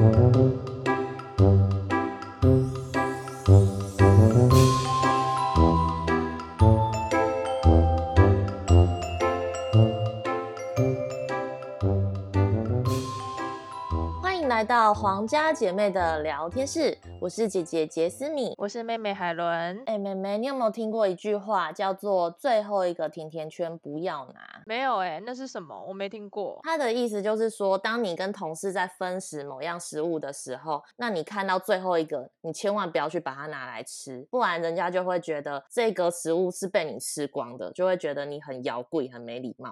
欢迎来到皇家姐妹的聊天室，我是姐姐杰斯米， 我是妹妹海伦。 妹妹，你有没有听过一句话叫做最后一个甜甜圈不要拿？ 没有那是什么？我没听过。 它的意思就是说，当你跟同事在分食某样食物的时候，那你看到最后一个，你千万不要去把它拿来吃，不然人家就会觉得这个食物是被你吃光的，就会觉得你很摇贵，很没礼貌。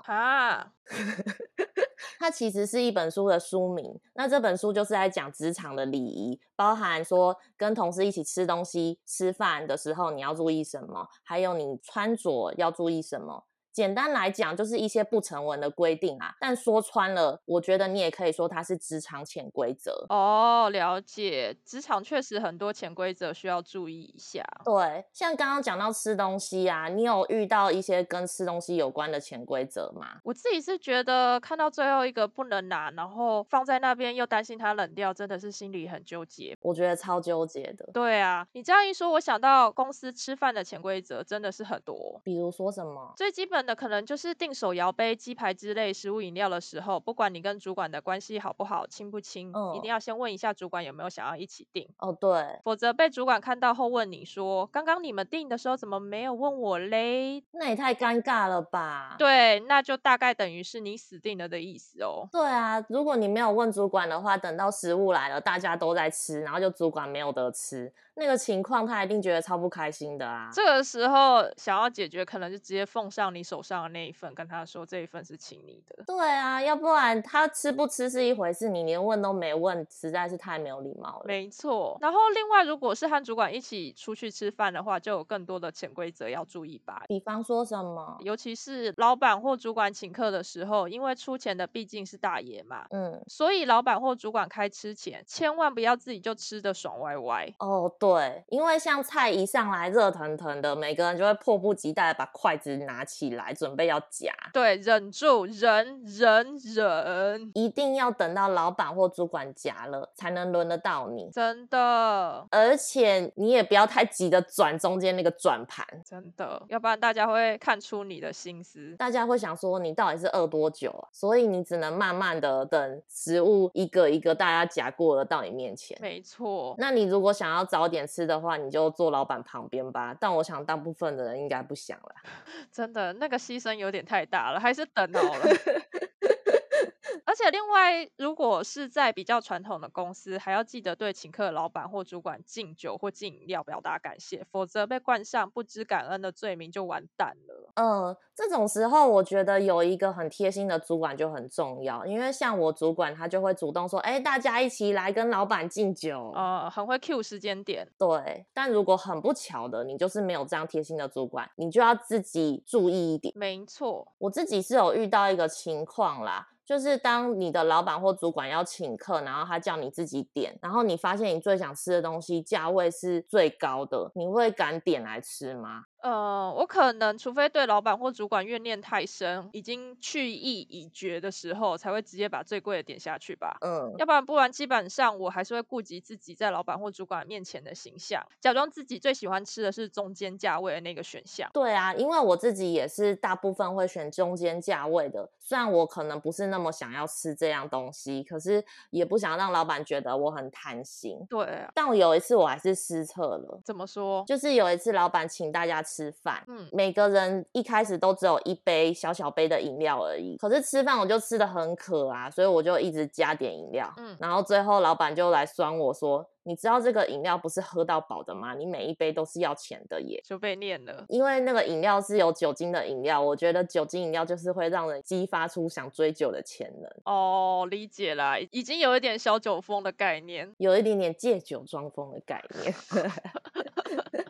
它其实是一本书的书名，那这本书就是在讲职场的礼仪，包含说跟同事一起吃东西、吃饭的时候你要注意什么，还有你穿着要注意什么。简单来讲就是一些不成文的规定啊，但说穿了，我觉得你也可以说它是职场潜规则。 了解。职场确实很多潜规则需要注意一下。 对，像刚刚讲到吃东西啊，你有遇到一些跟吃东西有关的潜规则吗？ 我自己是觉得看到最后一个不能拿，然后放在那边又担心它冷掉，真的是心里很纠结。 我觉得超纠结的。 对啊，你这样一说，我想到公司吃饭的潜规则真的是很多。 比如说什么？ 最基本的可能就是订手摇杯、鸡排之类食物饮料的时候，不管你跟主管的关系好不好、亲不亲，一定要先问一下主管有没有想要一起订。 哦，对， 否则被主管看到后问你说：“刚刚你们订的时候怎么没有问我嘞？” 那也太尴尬了吧。 对，那就大概等于是你死定了的意思哦。 对啊，如果你没有问主管的话，等到食物来了，大家都在吃，然后就主管没有得吃，那个情况他一定觉得超不开心的啊。 这个时候想要解决，可能就直接奉上你手上的那一份，跟他说这一份是请你的。 对啊，要不然他吃不吃是一回事，你连问都没问，实在是太没有礼貌了。 没错，然后另外如果是和主管一起出去吃饭的话，就有更多的潜规则要注意吧。 比方说什么？ 尤其是老板或主管请客的时候，因为出钱的毕竟是大爷嘛，所以老板或主管开吃前，千万不要自己就吃得爽歪歪。 哦，对，因为像菜一上来热腾腾的，每个人就会迫不及待的把筷子拿起来，准备要夹。 对，忍住，忍， 一定要等到老板或主管夹了，才能轮得到你。 真的， 而且你也不要太急的转中间那个转盘， 真的，要不然大家会看出你的心思。 大家会想说你到底是饿多久啊？所以你只能慢慢的等食物一个一个大家夹过了到你面前。 没错， 那你如果想要早点吃的话，你就坐老板旁边吧。但我想大部分的人应该不想啦。 真的，那个牺牲有点太大了，还是等好了。而且另外，如果是在比较传统的公司，还要记得对请客的老板或主管敬酒或敬饮料表达感谢，否则被冠上不知感恩的罪名就完蛋了。 这种时候我觉得有一个很贴心的主管就很重要，因为像我主管他就会主动说，大家一起来跟老板敬酒。 很会 cue 时间点。 对，但如果很不巧的，你就是没有这样贴心的主管，你就要自己注意一点。 没错， 我自己是有遇到一个情况啦，就是当你的老板或主管要请客，然后他叫你自己点，然后你发现你最想吃的东西价位是最高的，你会敢点来吃吗？ 我可能除非对老板或主管怨念太深，已经去意已决的时候，才会直接把最贵的点下去吧。要不然基本上我还是会顾及自己在老板或主管面前的形象，假装自己最喜欢吃的是中间价位的那个选项。 对啊，因为我自己也是大部分会选中间价位的，虽然我可能不是那么想要吃这样东西，可是也不想让老板觉得我很贪心。 对啊， 但我有一次我还是失策了， 怎么说？ 就是有一次老板请大家吃饭，每个人一开始都只有一杯小小杯的饮料而已，可是吃饭我就吃得很渴啊，所以我就一直加点饮料，然后最后老板就来酸我说，你知道这个饮料不是喝到饱的吗？你每一杯都是要钱的耶。 就被念了。 因为那个饮料是有酒精的饮料，我觉得酒精饮料就是会让人激发出想追酒的潜能。 理解啦，已经有一点小酒疯的概念。 有一点点借酒装疯的概念。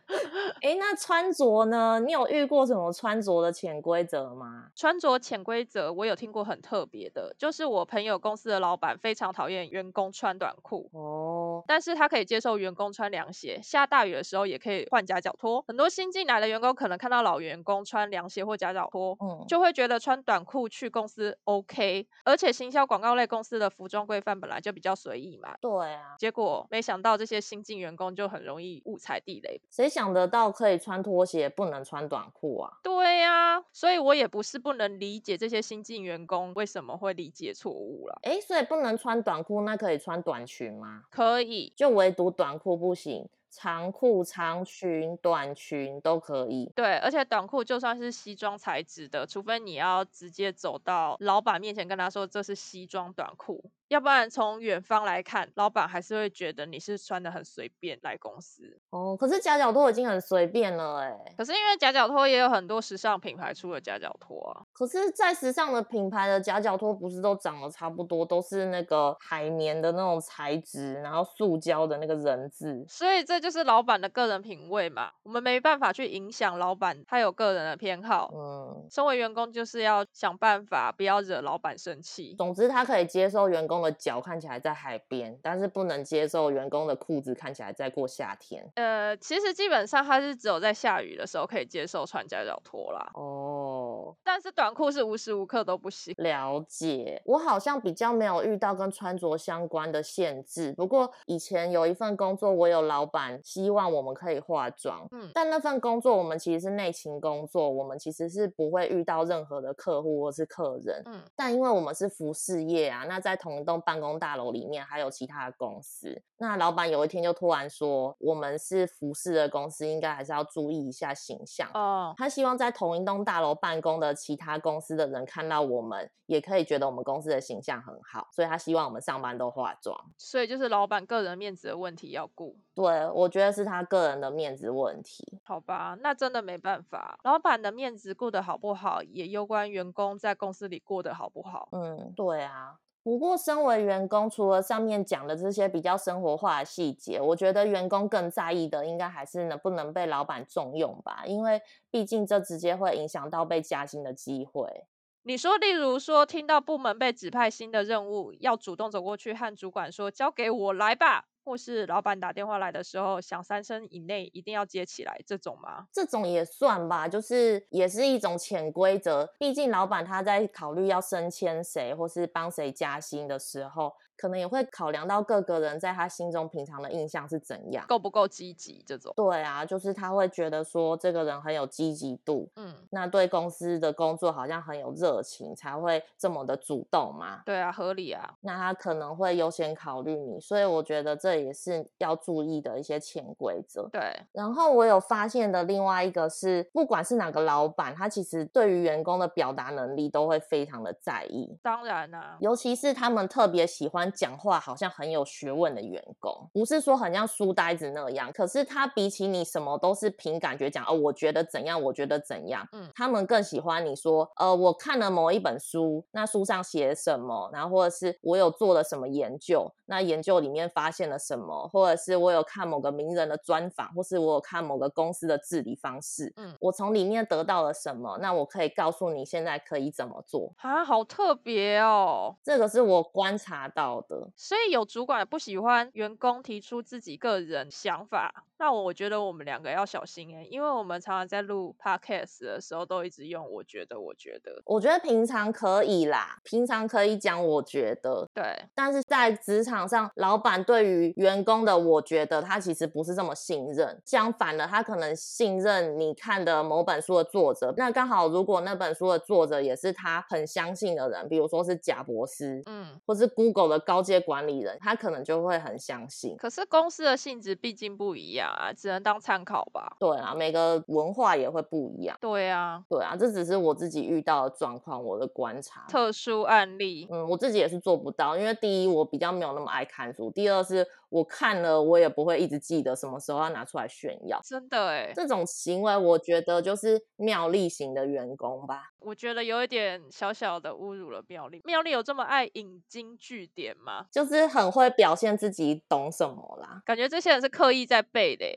那穿着呢？你有遇过什么穿着的潜规则吗？ 穿着潜规则，我有听过很特别的，就是我朋友公司的老板非常讨厌员工穿短裤。但是他可以接受员工穿凉鞋，下大雨的时候也可以换夹脚拖。很多新进来的员工可能看到老员工穿凉鞋或夹脚拖，就会觉得穿短裤去公司 OK。而且行销广告类公司的服装规范本来就比较随意嘛。 对啊， 结果没想到这些新进员工就很容易误踩地雷。 谁想得到可以穿拖鞋，不能穿短裤啊？ 对呀，所以我也不是不能理解这些新进员工为什么会理解错误了。 所以不能穿短裤，那可以穿短裙吗？ 可以， 就唯独短裤不行，长裤、长裙、短裙都可以。 对，而且短裤就算是西装材质的，除非你要直接走到老板面前跟他说这是西装短裤，要不然从远方来看，老板还是会觉得你是穿的很随便来公司。 可是夹脚拖已经很随便了可是因为夹脚拖也有很多时尚品牌出的夹脚拖啊。 可是再时尚的品牌的夹脚拖不是都长得差不多，都是那个海绵的那种材质，然后塑胶的那个人字。 所以这就是老板的个人品味嘛，我们没办法去影响老板，他有个人的偏好。身为员工就是要想办法不要惹老板生气。 总之他可以接受员工的脚看起来在海边，但是不能接受员工的裤子看起来在过夏天。 其实基本上他是只有在下雨的时候可以接受穿夹脚拖啦。但是短裤是无时无刻都不行。 了解，我好像比较没有遇到跟穿着相关的限制，不过以前有一份工作，我有老板希望我们可以化妆，但那份工作我们其实是内勤工作，我们其实是不会遇到任何的客户或是客人，但因为我们是服饰业啊，那在同一栋办公大楼里面还有其他的公司，那老板有一天就突然说，我们是服饰的公司，应该还是要注意一下形象。他希望在同一栋大楼办公的其他公司的人看到我们，也可以觉得我们公司的形象很好，所以他希望我们上班都化妆。 所以就是老板个人面子的问题要顾。 对，我觉得是他个人的面子问题。 好吧，那真的没办法，老板的面子顾得好不好，也攸关员工在公司里过得好不好。 对啊。不过身为员工，除了上面讲的这些比较生活化的细节，我觉得员工更在意的应该还是能不能被老板重用吧，因为毕竟这直接会影响到被加薪的机会。 你说例如说听到部门被指派新的任务，要主动走过去和主管说交给我来吧，或是老板打电话来的时候响3声以内一定要接起来，这种吗？ 这种也算吧，就是也是一种潜规则，毕竟老板他在考虑要升迁谁或是帮谁加薪的时候，可能也会考量到各个人在他心中平常的印象是怎样， 够不够积极这种。 对啊，就是他会觉得说这个人很有积极度，那对公司的工作好像很有热情，才会这么的主动嘛。 对啊，合理啊。 那他可能会优先考虑你，所以我觉得这也是要注意的一些潜规则。 对， 然后我有发现的另外一个是，不管是哪个老板，他其实对于员工的表达能力都会非常的在意。 当然啊， 尤其是他们特别喜欢讲话好像很有学问的员工，不是说很像书呆子那样，可是他比起你什么都是凭感觉讲，我觉得怎样，我觉得怎样，他们更喜欢你说，我看了某一本书，那书上写什么，然后或者是我有做了什么研究，那研究里面发现了什么，或者是我有看某个名人的专访，或是我有看某个公司的治理方式，我从里面得到了什么，那我可以告诉你现在可以怎么做啊，好特别哦。 这个是我观察到的。 所以有主管不喜欢员工提出自己个人想法，那我觉得我们2个要小心因为我们常常在录 podcast 的时候都一直用我觉得我觉得平常可以啦，平常可以讲我觉得， 对， 但是在职场上，老板对于员工的我觉得他其实不是这么信任，相反的，他可能信任你看的某本书的作者，那刚好如果那本书的作者也是他很相信的人，比如说是贾博士，或是 Google 的高阶管理人，他可能就会很相信。 可是公司的性质毕竟不一样啊，只能当参考吧。 对啊，每个文化也会不一样。 对啊， 对啊，这只是我自己遇到的状况，我的观察。 特殊案例。 我自己也是做不到，因为第一我比较没有那么爱看书，第二是我看了我也不会一直记得什么时候要拿出来炫耀。 真的这种行为我觉得就是妙丽型的员工吧。 我觉得有一点小小的侮辱了妙丽。妙丽有这么爱引经据典吗？ 就是很会表现自己懂什么啦。 感觉这些人是刻意在背的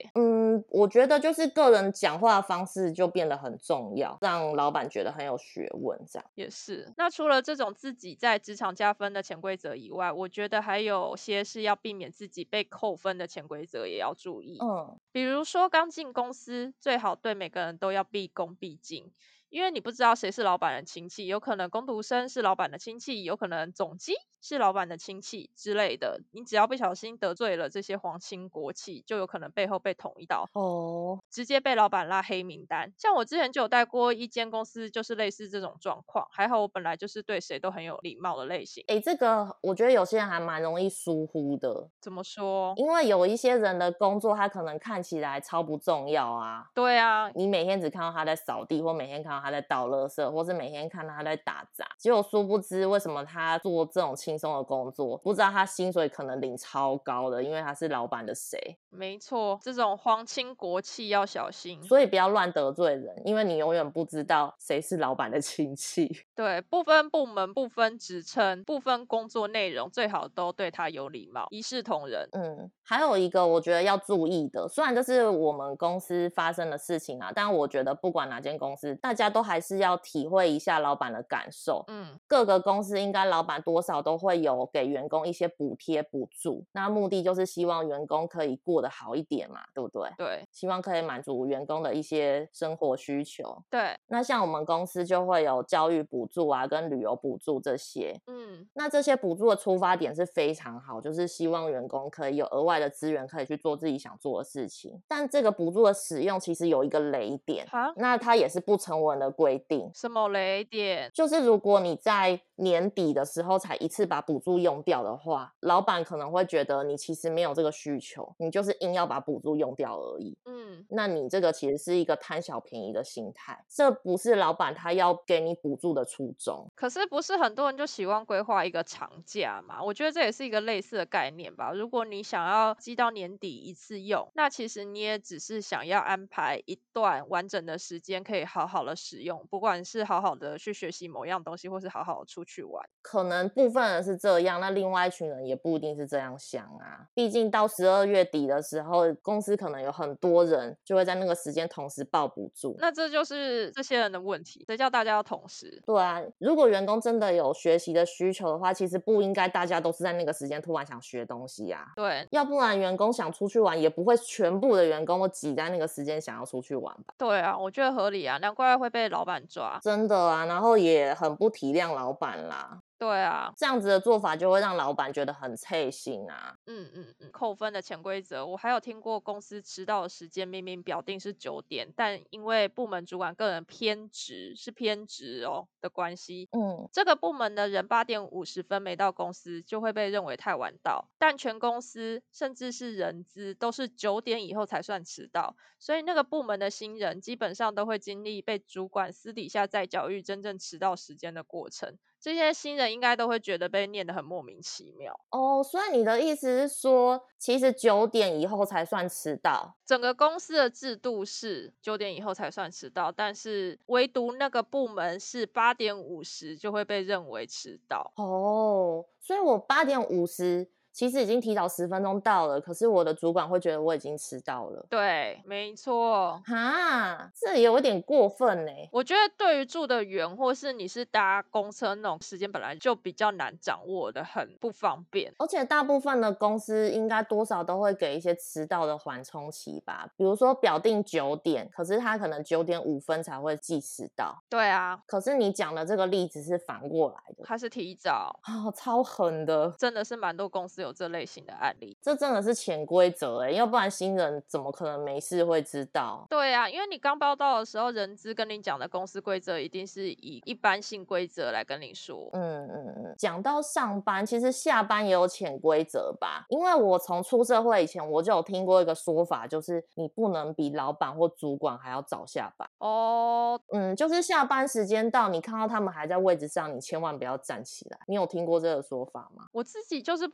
我觉得就是个人讲话的方式就变得很重要，让老板觉得很有学问这样。 也是。那除了这种自己在职场加分的潜规则以外，我觉得还有些是要避免自己被扣分的潜规则也要注意。比如说刚进公司，最好对每个人都要毕恭毕敬。因为你不知道谁是老板的亲戚，有可能工读生是老板的亲戚，有可能总机是老板的亲戚之类的。你只要不小心得罪了这些皇亲国戚，就有可能背后被捅一刀，直接被老板拉黑名单。像我之前就有带过一间公司，就是类似这种状况。还好我本来就是对谁都很有礼貌的类型。 这个我觉得有些人还蛮容易疏忽的。 怎么说？ 因为有一些人的工作他可能看起来超不重要啊。 对啊， 你每天只看到他在扫地，或每天看到他在倒垃圾，或是每天看到他在打杂，结果殊不知为什么他做这种轻松的工作，不知道他薪水可能领超高的，因为他是老板的谁。 没错，这种皇亲国戚要小心， 所以不要乱得罪人，因为你永远不知道谁是老板的亲戚。 对，不分部门、不分职称、不分工作内容，最好都对他有礼貌，一视同仁。 还有一个我觉得要注意的，虽然这是我们公司发生的事情啊，但我觉得不管哪间公司，大家都还是要体会一下老板的感受。各个公司应该老板多少都会有给员工一些补贴补助，那目的就是希望员工可以过得好一点嘛，对不对？ 对， 希望可以满足员工的一些生活需求。 对， 那像我们公司就会有教育补助啊，跟旅游补助这些。那这些补助的出发点是非常好，就是希望员工可以有额外的资源，可以去做自己想做的事情。但这个补助的使用其实有一个雷点，那它也是不成文的规定。 什么雷点？ 就是如果你在年底的时候才一次把补助用掉的话，老板可能会觉得你其实没有这个需求，你就是硬要把补助用掉而已。那你这个其实是一个贪小便宜的心态，这不是老板他要给你补助的初衷。 可是不是很多人就喜欢规划一个长假嘛？我觉得这也是一个类似的概念吧。如果你想要积到年底一次用，那其实你也只是想要安排一段完整的时间，可以好好的使用，不管是好好的去学习某样东西，或是好好的出去玩。 可能部分人是这样，那另外一群人也不一定是这样想啊。毕竟到12月底的时候，公司可能有很多人就会在那个时间同时报补助。 那这就是这些人的问题，谁叫大家要同时？ 对啊，如果员工真的有学习的需求的话，其实不应该大家都是在那个时间突然想学东西啊。 对， 要不然员工想出去玩，也不会全部的员工都挤在那个时间想要出去玩吧。 对啊，我觉得合理啊，难怪会被老板抓。 真的啊，然后也很不体谅老板啦。 对啊， 这样子的做法就会让老板觉得很刺心啊。 扣分的潜规则，我还有听过公司迟到的时间明明表定是9点，但因为部门主管个人偏执，是偏执哦的关系，这个部门的人8点50分没到公司，就会被认为太晚到，但全公司甚至是人资都是9点以后才算迟到，所以那个部门的新人基本上都会经历被主管私底下再教育真正迟到时间的过程。这些新人应该都会觉得被念得很莫名其妙哦，所以你的意思是说，其实9点以后才算迟到？ 整个公司的制度是9点以后才算迟到，但是唯独那个部门是8点50就会被认为迟到。 哦，所以我8点50其实已经提早10分钟到了，可是我的主管会觉得我已经迟到了。 对，没错。 哈，这有点过分欸。 我觉得对于住得远，或是你是搭公车那种时间本来就比较难掌握的，很不方便。 而且大部分的公司应该多少都会给一些迟到的缓冲期吧，比如说表定9点，可是他可能9点5分才会记迟到。 对啊， 可是你讲的这个例子是反过来的。 他是提早。 超狠的。 真的是蛮多公司有这类型的案例。 这真的是潜规则欸，要不然新人怎么可能没事会知道？ 对啊，因为你刚报到的时候，人资跟你讲的公司规则一定是以一般性规则来跟你说。 讲到上班，其实下班也有潜规则吧？因为我从出社会以前，我就有听过一个说法，就是你不能比老板或主管还要早下班。就是下班时间到，你看到他们还在位置上，你千万不要站起来。你有听过这个说法吗？ 我自己就是不敢比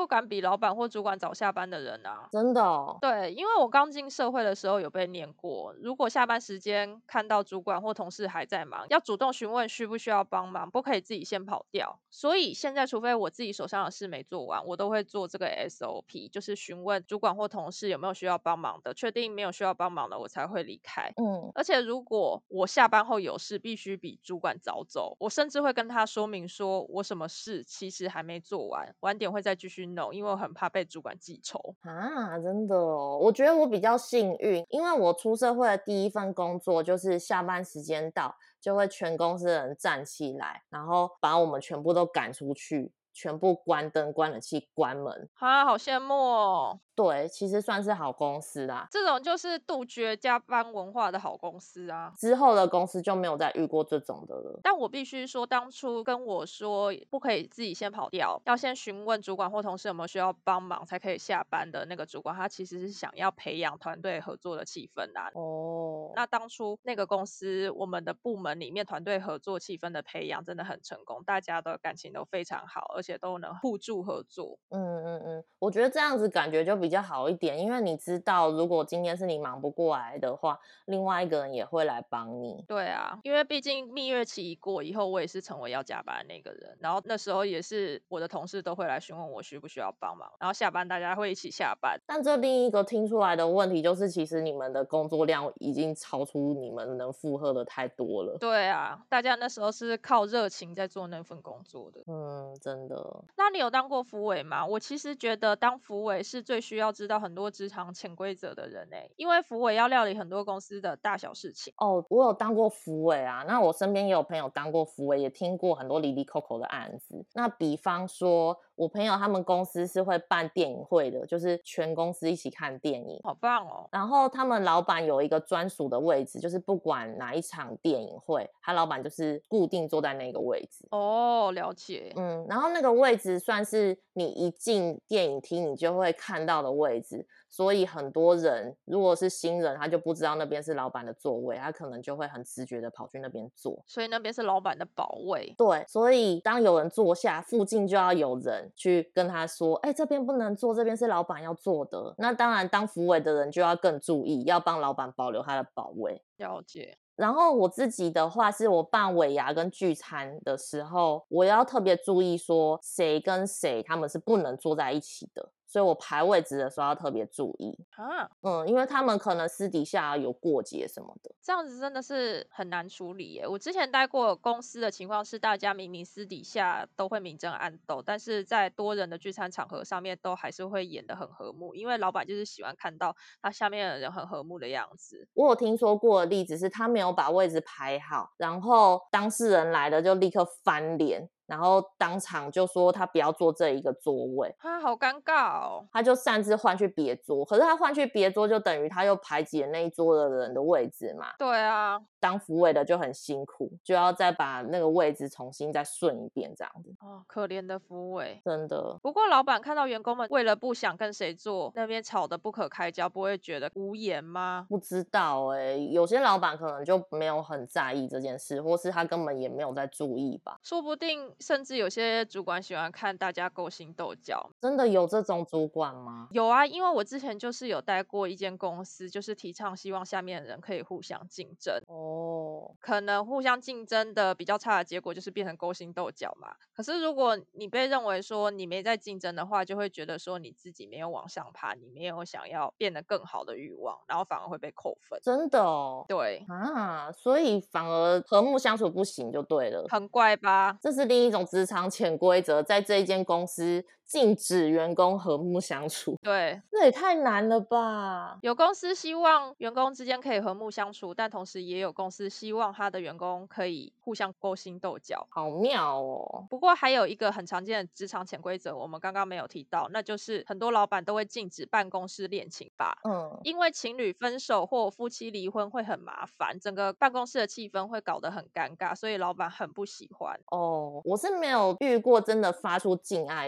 老板或主管早下班的人啊。 真的哦？ 对，因为我刚进社会的时候有被念过，如果下班时间看到主管或同事还在忙，要主动询问需不需要帮忙，不可以自己先跑掉。所以现在除非我自己手上的事没做完，我都会做这个 SOP，就是询问主管或同事有没有需要帮忙的，确定没有需要帮忙的，我才会离开。而且如果我下班后有事，必须比主管早走，我甚至会跟他说明说我什么事其实还没做完，晚点会再继续弄，因为我很怕被主管记仇啊。真的哦，我觉得我比较幸运，因为我出社会的第一份工作就是下班时间到，就会全公司的人站起来，然后把我们全部都赶出去，全部关灯、关冷气、关门。 啊，好羡慕哦。 对，其实算是好公司啦。 这种就是杜绝加班文化的好公司啊。 之后的公司就没有再遇过这种的了。 但我必须说，当初跟我说不可以自己先跑掉，要先询问主管或同事有没有需要帮忙才可以下班的那个主管，他其实是想要培养团队合作的气氛啊。那当初那个公司我们的部门里面团队合作气氛的培养真的很成功，大家的感情都非常好，而且都能互助合作。 我觉得这样子感觉就比较好一点，因为你知道如果今天是你忙不过来的话，另外一个人也会来帮你。 对啊，因为毕竟蜜月期一过以后，我也是成为要加班的那个人，然后那时候也是我的同事都会来询问我需不需要帮忙，然后下班大家会一起下班。 但这另一个听出来的问题就是，其实你们的工作量已经超出你们能负荷的太多了。 对啊，大家那时候是靠热情在做那份工作的。 真的。 那你有当过福委吗？我其实觉得当福委是最需要知道很多职场潜规则的人因为福委要料理很多公司的大小事情。 哦，我有当过福委啊，那我身边也有朋友当过福委，也听过很多离离扣扣的案子。那比方说，我朋友他们公司是会办电影会的，就是全公司一起看电影， 好棒哦。 然后他们老板有一个专属的位置，就是不管哪一场电影会，他老板就是固定坐在那个位置。 哦，了解。 然后那个位置算是你一进电影厅你就会看到的位置，所以很多人如果是新人，他就不知道那边是老板的座位，他可能就会很直觉的跑去那边坐。 所以那边是老板的宝位。 对，所以当有人坐下，附近就要有人去跟他说，这边不能坐，这边是老板要坐的。那当然当福委的人就要更注意，要帮老板保留他的宝位。 了解。 然后我自己的话，是我办尾牙跟聚餐的时候，我要特别注意说谁跟谁他们是不能坐在一起的，所以我排位置的时候要特别注意。因为他们可能私底下有过节什么的。 这样子真的是很难处理耶。我之前待过公司的情况是，大家明明私底下都会明争暗斗，但是在多人的聚餐场合上面都还是会演得很和睦，因为老板就是喜欢看到他下面的人很和睦的样子。 我有听说过的例子是他没有把位置排好，然后当事人来了就立刻翻脸，然后当场就说他不要坐这一个座位。 好尴尬哦。 他就擅自换去别桌，可是他换去别桌就等于他又排挤了那一桌的人的位置嘛。 对啊。 当福委的就很辛苦，就要再把那个位置重新再顺一遍这样子。 可怜的福委。 真的。 不过老板看到员工们为了不想跟谁坐，那边吵得不可开交，不会觉得无言吗？ 不知道有些老板可能就没有很在意这件事，或是他根本也没有在注意吧。 说不定甚至有些主管喜欢看大家勾心斗角。 真的有这种主管吗？ 有啊，因为我之前就是有待过一间公司，就是提倡希望下面的人可以互相竞争。可能互相竞争的比较差的结果就是变成勾心斗角嘛。可是如果你被认为说你没在竞争的话，就会觉得说你自己没有往上爬，你没有想要变得更好的欲望，然后反而会被扣分。 真的哦。 对啊，所以反而和睦相处不行就对了。 很怪吧。 这是另一种职场潜规则，在这一间公司禁止员工和睦相处。 对， 这也太难了吧。 有公司希望员工之间可以和睦相处，但同时也有公司希望他的员工可以互相勾心斗角。 好妙哦。 不过还有一个很常见的职场潜规则，我们刚刚没有提到，那就是很多老板都会禁止办公室恋情吧。因为情侣分手或夫妻离婚会很麻烦，整个办公室的气氛会搞得很尴尬，所以老板很不喜欢。 我是没有遇过真的发出禁爱令的老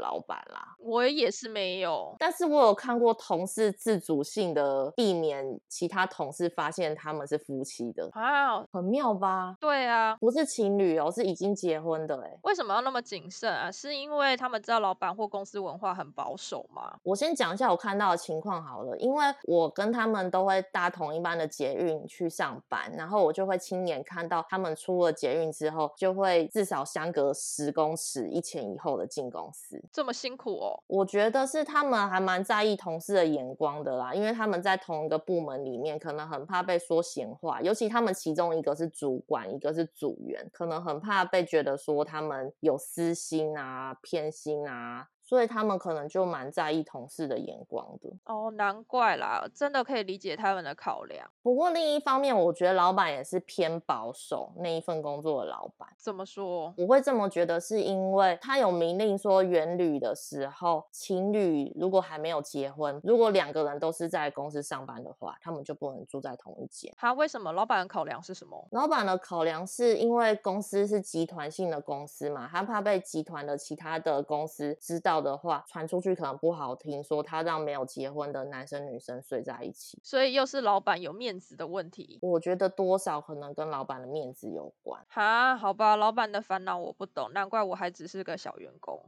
老板啦。 我也是没有， 但是我有看过同事自主性的避免其他同事发现他们是夫妻的啊，很妙吧？ 对啊， 不是情侣哦，是已经结婚的为什么要那么谨慎啊？是因为他们知道老板或公司文化很保守吗？ 我先讲一下我看到的情况好了，因为我跟他们都会搭同一班的捷运去上班，然后我就会亲眼看到他们出了捷运之后，就会至少相隔10公尺一前一后的进公司。 这么辛苦哦？ 我觉得是他们还蛮在意同事的眼光的啦，因为他们在同一个部门里面，可能很怕被说闲话，尤其他们其中一个是主管，一个是组员，可能很怕被觉得说他们有私心啊、偏心啊，所以他们可能就蛮在意同事的眼光的。 哦，难怪啦，真的可以理解他们的考量。 不过另一方面，我觉得老板也是偏保守，那一份工作的老板。 怎么说？ 我会这么觉得，是因为他有明令说，远旅的时候，情侣如果还没有结婚，如果2个人都是在公司上班的话，他们就不能住在同一间。 为什么？老板的考量是什么？ 老板的考量是因为公司是集团性的公司嘛，他怕被集团的其他的公司知道的话，传出去可能不好听，说他让没有结婚的男生女生睡在一起， 所以又是老板有面子的问题。 我觉得多少可能跟老板的面子有关。 好吧，老板的烦恼我不懂，难怪我还只是个小员工。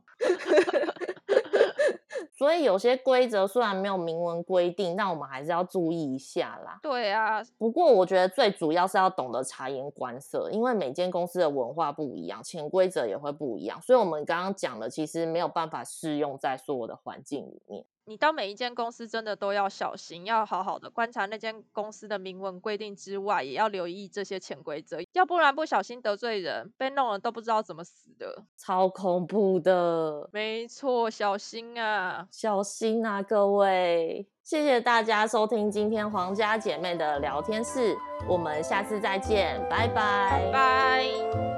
所以有些规则虽然没有明文规定，但我们还是要注意一下啦。 对啊， 不过我觉得最主要是要懂得察言观色，因为每间公司的文化不一样，潜规则也会不一样，所以我们刚刚讲的其实没有办法适用在所有的环境里面。 你到每一间公司真的都要小心，要好好的观察那间公司的明文规定之外，也要留意这些潜规则，要不然不小心得罪人，被弄了都不知道怎么死的， 超恐怖的。 没错，小心啊， 小心啊，各位！谢谢大家收听今天皇家姐妹的聊天室，我们下次再见，拜拜， 拜拜。